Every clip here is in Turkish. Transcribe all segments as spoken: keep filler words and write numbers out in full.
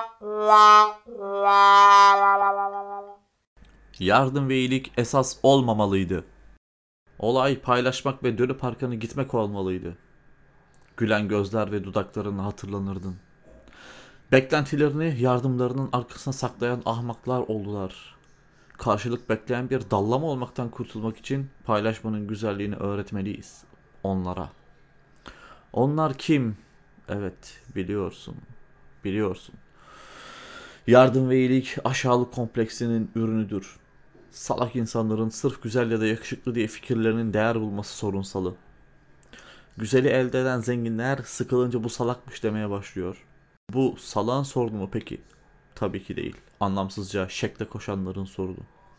Yardım ve iyilik esas olmamalıydı. Olay paylaşmak ve dönüp arkanı gitmek olmalıydı. Gülen gözler ve dudaklarını hatırlanırdın. Beklentilerini yardımlarının arkasına saklayan ahmaklar oldular. Karşılık bekleyen bir dallama olmaktan kurtulmak için paylaşmanın güzelliğini öğretmeliyiz onlara. Onlar kim? Evet, biliyorsun. Biliyorsun. Yardım ve iyilik aşağılık kompleksinin ürünüdür. Salak insanların sırf güzel ya da yakışıklı diye fikirlerinin değer bulması sorunsalı. Güzeli elde eden zenginler sıkılınca bu salakmış demeye başlıyor. Bu salağın sorunu mu peki? Tabii ki değil. Anlamsızca şekle koşanların sorunu.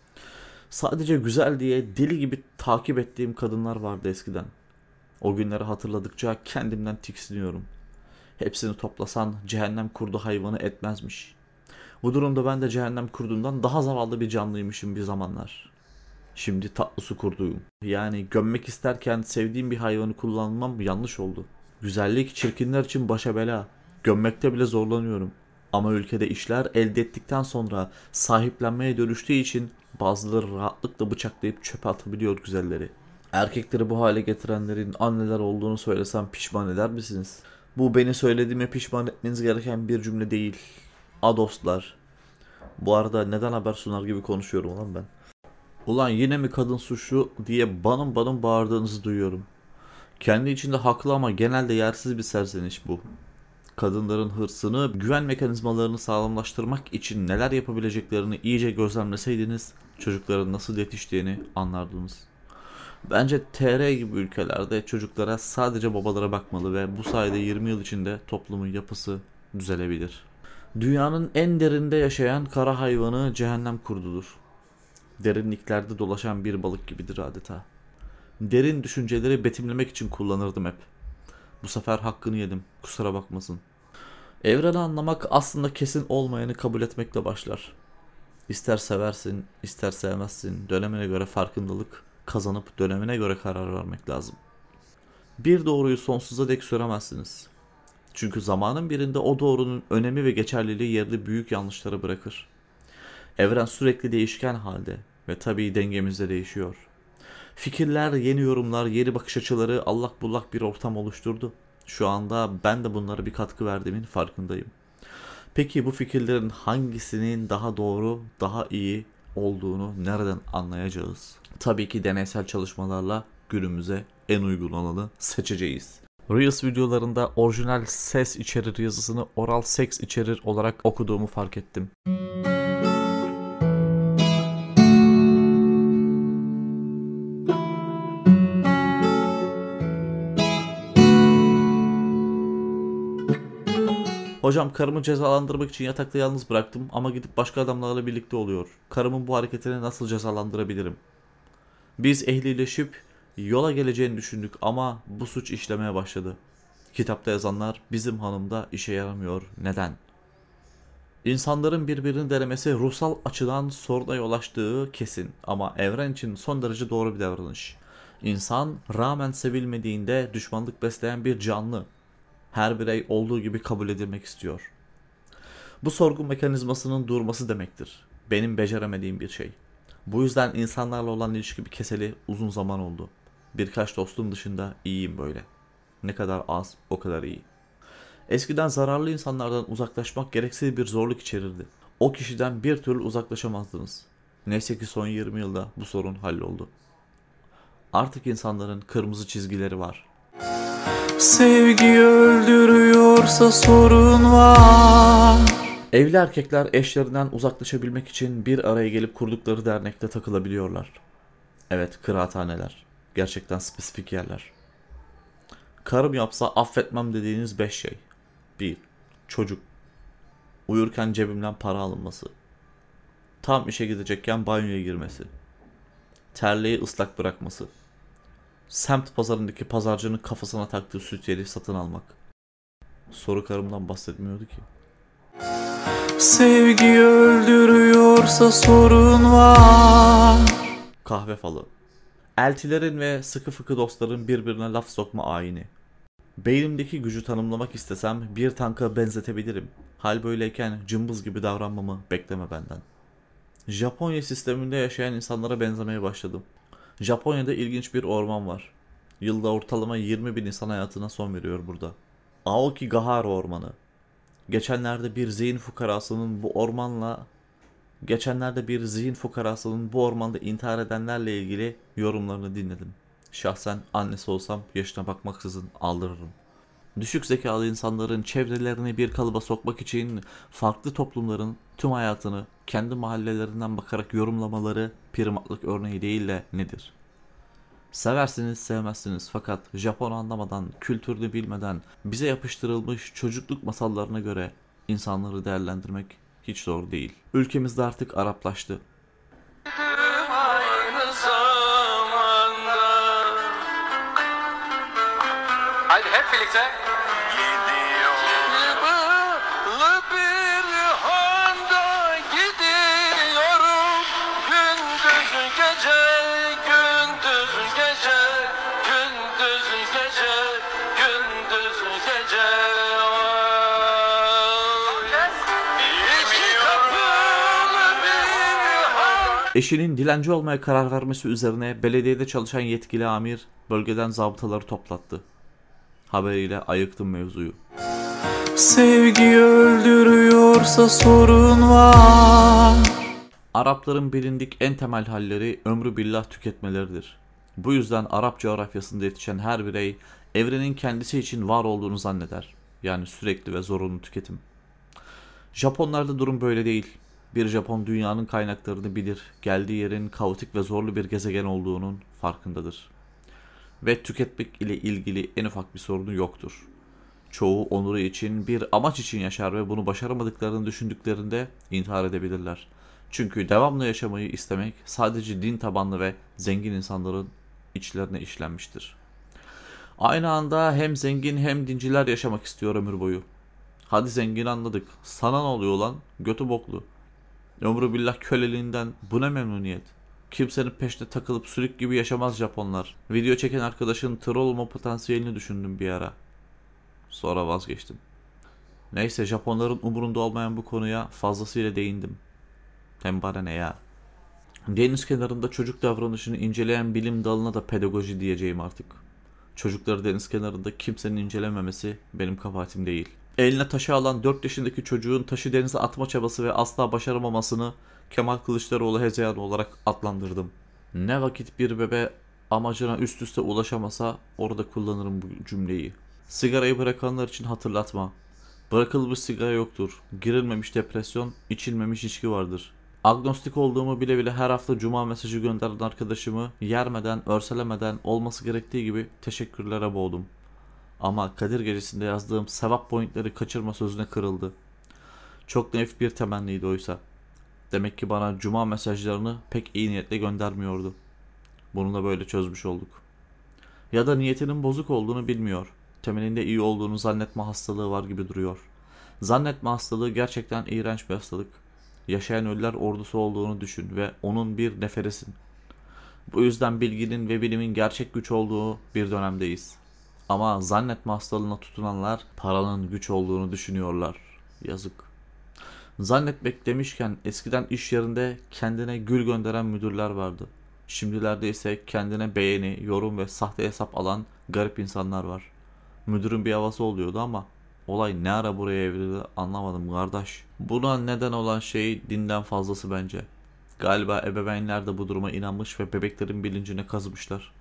Sadece güzel diye deli gibi takip ettiğim kadınlar vardı eskiden. O günleri hatırladıkça kendimden tiksiniyorum. Hepsini toplasan cehennem kurdu hayvanı etmezmiş. Bu durumda ben de cehennem kurdundan daha zavallı bir canlıymışım bir zamanlar. Şimdi tatlı su kurduyum. Yani gömmek isterken sevdiğim bir hayvanı kullanmam yanlış oldu. Güzellik çirkinler için başa bela. Gömmekte bile zorlanıyorum. Ama ülkede işler elde ettikten sonra sahiplenmeye dönüştüğü için bazıları rahatlıkla bıçaklayıp çöpe atabiliyor güzelleri. Erkekleri bu hale getirenlerin anneler olduğunu söylesem pişman eder misiniz? Bu beni söylediğime pişman etmeniz gereken bir cümle değil. Adostlar. Bu arada neden haber sunar gibi konuşuyorum lan ben? Ulan yine mi kadın suçlu diye banım banım bağırdığınızı duyuyorum. Kendi içinde haklı ama genelde yersiz bir serzeniş bu. Kadınların hırsını, güven mekanizmalarını sağlamlaştırmak için neler yapabileceklerini iyice gözlemleseydiniz çocukların nasıl yetiştiğini anlardınız. Bence T R gibi ülkelerde çocuklara sadece babalara bakmalı ve bu sayede yirmi yıl içinde toplumun yapısı düzelebilir. Dünyanın en derinde yaşayan kara hayvanı cehennem kurdudur. Derinliklerde dolaşan bir balık gibidir adeta. Derin düşünceleri betimlemek için kullanırdım hep. Bu sefer hakkını yedim, kusura bakmasın. Evreni anlamak aslında kesin olmayanı kabul etmekle başlar. İster seversin, ister sevmezsin, dönemine göre farkındalık kazanıp dönemine göre karar vermek lazım. Bir doğruyu sonsuza dek süremezsiniz. Çünkü zamanın birinde o doğrunun önemi ve geçerliliği yerini büyük yanlışlara bırakır. Evren sürekli değişken halde ve tabii dengemiz de değişiyor. Fikirler, yeni yorumlar, yeni bakış açıları allak bullak bir ortam oluşturdu. Şu anda ben de bunlara bir katkı verdiğimin farkındayım. Peki bu fikirlerin hangisinin daha doğru, daha iyi olduğunu nereden anlayacağız? Tabii ki deneysel çalışmalarla günümüze en uygun olanı seçeceğiz. Reels videolarında orijinal ses içerir yazısını oral seks içerir olarak okuduğumu fark ettim. Hocam karımı cezalandırmak için yatakta yalnız bıraktım ama gidip başka adamlarla birlikte oluyor. Karımın bu hareketini nasıl cezalandırabilirim? Biz ehlileşip yola geleceğini düşündük ama bu suç işlemeye başladı. Kitapta yazanlar bizim hanımda işe yaramıyor. Neden? İnsanların birbirini denemesi ruhsal açıdan soruna yol açtığı kesin ama evren için son derece doğru bir davranış. İnsan rağmen sevilmediğinde düşmanlık besleyen bir canlı. Her birey olduğu gibi kabul edilmek istiyor. Bu sorgu mekanizmasının durması demektir. Benim beceremediğim bir şey. Bu yüzden insanlarla olan ilişkimi keseli uzun zaman oldu. Birkaç dostum dışında iyiyim böyle. Ne kadar az o kadar iyi. Eskiden zararlı insanlardan uzaklaşmak gereksiz bir zorluk içerirdi. O kişiden bir türlü uzaklaşamazdınız. Neyse ki son yirmi yılda bu sorun halloldu. Artık insanların kırmızı çizgileri var. Sevgi öldürüyorsa sorun var. Evli erkekler eşlerinden uzaklaşabilmek için bir araya gelip kurdukları dernekte takılabiliyorlar. Evet, kıraathaneler. Gerçekten spesifik yerler. Karım yapsa affetmem dediğiniz beş şey. bir. Çocuk. Uyurken cebimden para alınması. Tam işe gidecekken banyoya girmesi. Terliği ıslak bırakması. Semt pazarındaki pazarcının kafasına taktığı süt yeri satın almak. Soru karımdan bahsetmiyordu ki. Sevgi öldürüyorsa sorun var. Kahve falı. Eltilerin ve sıkı fıkı dostların birbirine laf sokma ayini. Beynimdeki gücü tanımlamak istesem bir tanka benzetebilirim. Hal böyleyken cımbız gibi davranmamı bekleme benden. Japonya sisteminde yaşayan insanlara benzemeye başladım. Japonya'da ilginç bir orman var. Yılda ortalama yirmi bin insan hayatına son veriyor burada. Aokigahara Ormanı. Geçenlerde bir zihin fukarasının bu ormanla Geçenlerde bir zihin fukarasının bu ormanda intihar edenlerle ilgili yorumlarını dinledim. Şahsen annesi olsam yaşına bakmaksızın aldırırım. Düşük zekalı insanların çevrelerini bir kalıba sokmak için farklı toplumların tüm hayatını kendi mahallelerinden bakarak yorumlamaları primatlık örneği değil de nedir? Seversiniz sevmezsiniz fakat Japon anlamadan, kültürünü bilmeden bize yapıştırılmış çocukluk masallarına göre insanları değerlendirmek hiç zor değil. Ülkemizde artık Araplaştı. Aynı zamanda. Haydi hep birlikte. Gidiyor. Yılı bir handa gidiyorum. Gündüz gece, gündüz gece, gündüz gece, gündüz gece. İki kapılı bir handa. Eşinin dilenci olmaya karar vermesi üzerine belediyede çalışan yetkili amir bölgeden zabıtaları toplattı. Haberiyle ayıktım mevzuyu. Sevgi öldürüyorsa sorun var. Arapların bilindik en temel halleri ömrü billah tüketmeleridir. Bu yüzden Arap coğrafyasında yetişen her birey evrenin kendisi için var olduğunu zanneder. Yani sürekli ve zorunlu tüketim. Japonlarda durum böyle değil. Bir Japon dünyanın kaynaklarını bilir, geldiği yerin kaotik ve zorlu bir gezegen olduğunun farkındadır. Ve tüketmek ile ilgili en ufak bir sorunu yoktur. Çoğu onuru için, bir amaç için yaşar ve bunu başaramadıklarını düşündüklerinde intihar edebilirler. Çünkü devamlı yaşamayı istemek sadece din tabanlı ve zengin insanların içlerine işlenmiştir. Aynı anda hem zengin hem dinciler yaşamak istiyor ömür boyu. Hadi zengin anladık. Sana ne oluyor lan? Götü boklu. Ömrü billah köleliğinden bu ne memnuniyet. Kimsenin peşine takılıp sülük gibi yaşamaz Japonlar. Video çeken arkadaşın troll olma potansiyelini düşündüm bir ara. Sonra vazgeçtim. Neyse Japonların umurunda olmayan bu konuya fazlasıyla değindim. Hem bana ne ya. Deniz kenarında çocuk davranışını inceleyen bilim dalına da pedagoji diyeceğim artık. Çocukları deniz kenarında kimsenin incelememesi benim kabahatim değil. Eline taşı alan dört yaşındaki çocuğun taşı denize atma çabası ve asla başaramamasını Kemal Kılıçdaroğlu hezeyanı olarak adlandırdım. Ne vakit bir bebe amacına üst üste ulaşamasa orada kullanırım bu cümleyi. Sigarayı bırakanlar için hatırlatma. Bırakılmış sigara yoktur. Girilmemiş depresyon, içilmemiş içki vardır. Agnostik olduğumu bile bile her hafta cuma mesajı gönderen arkadaşımı yermeden, örselemeden olması gerektiği gibi teşekkürlere boğdum. Ama Kadir Gecesi'nde yazdığım sevap pointleri kaçırma sözüne kırıldı. Çok naif bir temenniydi oysa. Demek ki bana cuma mesajlarını pek iyi niyetle göndermiyordu. Bunu da böyle çözmüş olduk. Ya da niyetinin bozuk olduğunu bilmiyor. Temelinde iyi olduğunu zannetme hastalığı var gibi duruyor. Zannetme hastalığı gerçekten iğrenç bir hastalık. Yaşayan ölüler ordusu olduğunu düşün ve onun bir neferisin. Bu yüzden bilginin ve bilimin gerçek güç olduğu bir dönemdeyiz. Ama zannetme hastalığına tutunanlar paranın güç olduğunu düşünüyorlar. Yazık. Zannetmek demişken eskiden iş yerinde kendine gül gönderen müdürler vardı. Şimdilerde ise kendine beğeni, yorum ve sahte hesap alan garip insanlar var. Müdürün bir havası oluyordu ama olay ne ara buraya evrildi anlamadım kardeş. Buna neden olan şey dinden fazlası bence. Galiba ebeveynler de bu duruma inanmış ve bebeklerin bilincine kazımışlar.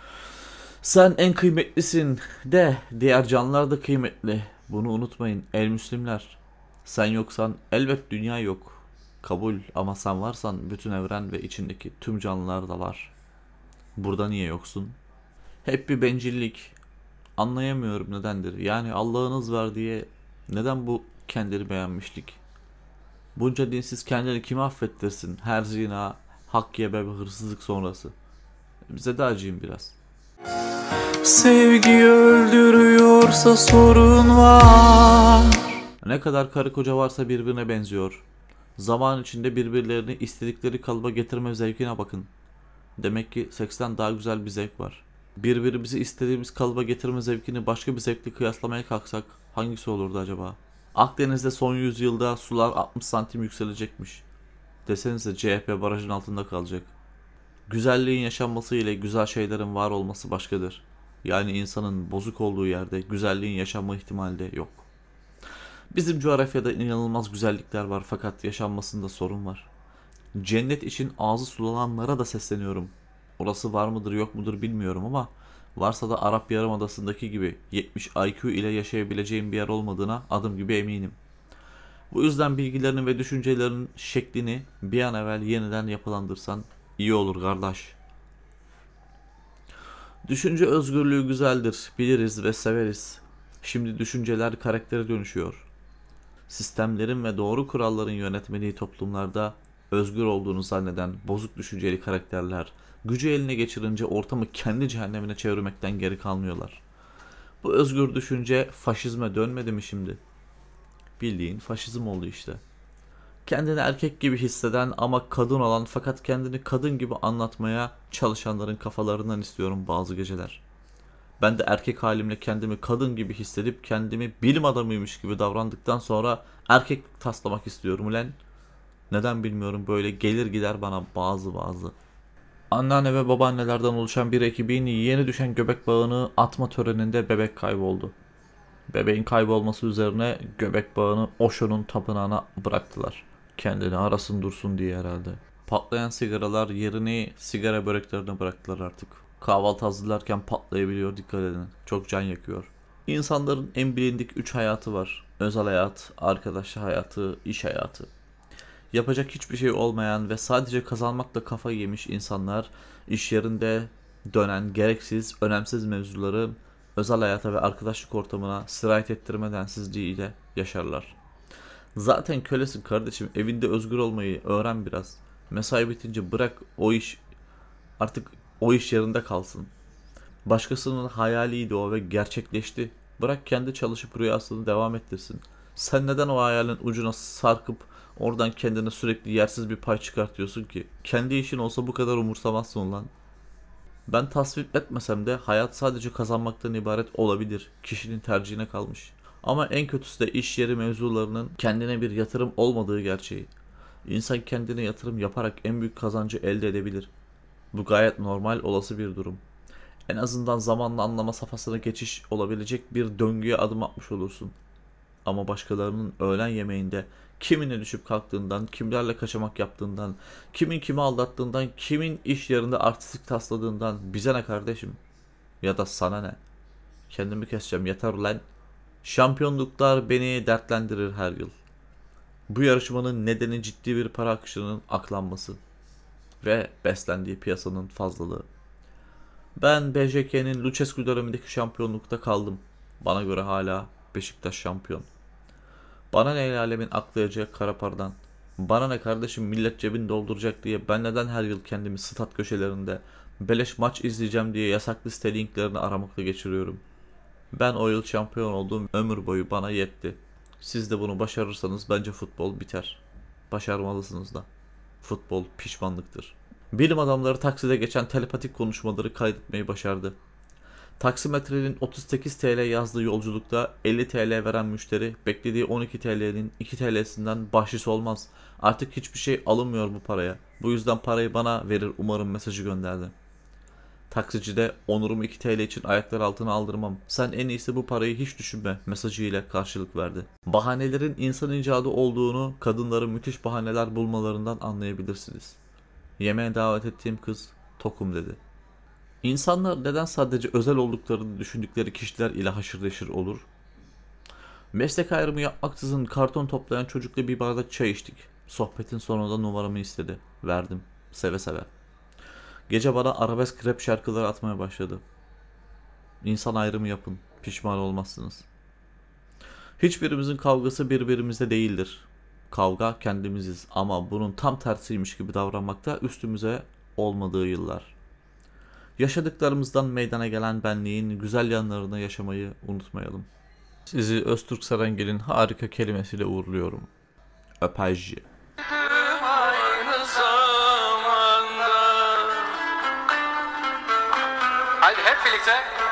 Sen en kıymetlisin de diğer canlılar da kıymetli. Bunu unutmayın el müslimler. Sen yoksan elbet dünya yok. Kabul ama sen varsan bütün evren ve içindeki tüm canlılar da var. Burada niye yoksun? Hep bir bencillik. Anlayamıyorum nedendir. Yani Allah'ınız var diye neden bu kendini beğenmişlik? Bunca dinsiz kendini kime affettirsin? Her zina, hak yeme ve hırsızlık sonrası. Bize de acıyın biraz. Sevgi öldürüyorsa sorun var. Ne kadar karı koca varsa birbirine benziyor. Zaman içinde birbirlerini istedikleri kalıba getirme zevkine bakın. Demek ki seksten daha güzel bir zevk var. Birbirimizi istediğimiz kalıba getirme zevkini başka bir zevkle kıyaslamaya kalksak hangisi olurdu acaba? Akdeniz'de son yüzyılda sular altmış santim yükselecekmiş. Desenize C H P barajın altında kalacak. Güzelliğin yaşanması ile güzel şeylerin var olması başkadır. Yani insanın bozuk olduğu yerde güzelliğin yaşanma ihtimali de yok. Bizim coğrafyada inanılmaz güzellikler var fakat yaşanmasında sorun var. Cennet için ağzı sulananlara da sesleniyorum. Orası var mıdır yok mudur bilmiyorum ama varsa da Arap Yarımadası'ndaki gibi yetmiş I Q ile yaşayabileceğim bir yer olmadığına adım gibi eminim. Bu yüzden bilgilerinin ve düşüncelerinin şeklini bir an evvel yeniden yapılandırsan iyi olur kardeş. Düşünce özgürlüğü güzeldir, biliriz ve severiz. Şimdi düşünceler karaktere dönüşüyor. Sistemlerin ve doğru kuralların yönetmediği toplumlarda özgür olduğunu zanneden bozuk düşünceli karakterler gücü eline geçirince ortamı kendi cehennemine çevirmekten geri kalmıyorlar. Bu özgür düşünce faşizme dönmedi mi şimdi? Bildiğin faşizm oldu işte. Kendini erkek gibi hisseden ama kadın olan fakat kendini kadın gibi anlatmaya çalışanların kafalarından istiyorum bazı geceler. Ben de erkek halimle kendimi kadın gibi hissedip kendimi bilim adamıymış gibi davrandıktan sonra erkek taslamak istiyorum ulen. Neden bilmiyorum böyle gelir gider bana bazı bazı. Anneanne ve babaannelerden oluşan bir ekibin yeni düşen göbek bağını atma töreninde bebek kayboldu. Bebeğin kaybolması üzerine göbek bağını Osho'nun tapınağına bıraktılar. Kendini arasın dursun diye herhalde. Patlayan sigaralar yerini sigara böreklerine bıraktılar artık. Kahvaltı hazırlarken patlayabiliyor, dikkat edin. Çok can yakıyor. İnsanların en bilindik üç hayatı var. Özel hayat, arkadaş hayatı, iş hayatı. Yapacak hiçbir şey olmayan ve sadece kazanmakla kafayı yemiş insanlar iş yerinde dönen gereksiz, önemsiz mevzuları özel hayata ve arkadaşlık ortamına sirayet ettirme densizliğiyle yaşarlar. Zaten kölesin kardeşim, evinde özgür olmayı öğren biraz. Mesai bitince bırak o iş, artık o iş yerinde kalsın. Başkasının hayaliydi o ve gerçekleşti. Bırak kendi çalışıp rüyasını devam ettirsin. Sen neden o hayalin ucuna sarkıp oradan kendine sürekli yersiz bir pay çıkartıyorsun ki? Kendi işin olsa bu kadar umursamazsın lan. Ben tasvip etmesem de hayat sadece kazanmaktan ibaret olabilir. Kişinin tercihine kalmış. Ama en kötüsü de iş yeri mevzularının kendine bir yatırım olmadığı gerçeği. İnsan kendine yatırım yaparak en büyük kazancı elde edebilir. Bu gayet normal, olası bir durum. En azından zamanla anlama safhasına geçiş olabilecek bir döngüye adım atmış olursun. Ama başkalarının öğlen yemeğinde kimine düşüp kalktığından, kimlerle kaçamak yaptığından, kimin kimi aldattığından, kimin iş yerinde artistik tasladığından bize ne kardeşim? Ya da sana ne? Kendimi keseceğim, yeter ulan. Şampiyonluklar beni dertlendirir her yıl. Bu yarışmanın nedeni ciddi bir para akışının aklanması ve beslendiği piyasanın fazlalığı. Ben B J K'nin Lucescu dönemindeki şampiyonlukta kaldım. Bana göre hala Beşiktaş şampiyon. Bana ne el alemin aklayacağı kara paradan. Bana ne kardeşim millet cebini dolduracak diye ben neden her yıl kendimi stat köşelerinde beleş maç izleyeceğim diye yasaklı site linklerini aramakla geçiriyorum. Ben o yıl şampiyon olduğum ömür boyu bana yetti. Siz de bunu başarırsanız bence futbol biter. Başarmalısınız da. Futbol pişmanlıktır. Bilim adamları takside geçen telepatik konuşmaları kaydetmeyi başardı. Taksimetrenin otuz sekiz TL yazdığı yolculukta elli TL veren müşteri beklediği on iki TL'nin iki TL'sinden bahşiş olmaz. Artık hiçbir şey alınmıyor bu paraya. Bu yüzden parayı bana verir umarım mesajı gönderdi. Taksici de onurumu iki TL için ayaklar altına aldırmam. Sen en iyisi bu parayı hiç düşünme mesajıyla karşılık verdi. Bahanelerin insan icadı olduğunu kadınların müthiş bahaneler bulmalarından anlayabilirsiniz. Yemeğe davet ettiğim kız tokum dedi. İnsanlar neden sadece özel olduklarını düşündükleri kişiler ile haşır neşir olur? Meslek ayrımı yapmaksızın karton toplayan çocukla bir bardak çay içtik. Sohbetin sonunda numaramı istedi. Verdim. Seve seve. Gece bana arabesk rap şarkıları atmaya başladı. İnsan ayrımı yapın. Pişman olmazsınız. Hiçbirimizin kavgası birbirimizde değildir. Kavga kendimiziz ama bunun tam tersiymiş gibi davranmakta üstümüze olmadığı yıllar. Yaşadıklarımızdan meydana gelen benliğin güzel yanlarını yaşamayı unutmayalım. Sizi Öztürk Serengil'in harika kelimesiyle uğurluyorum. Öpejci. Aynı zamanda. Haydi hep birlikte.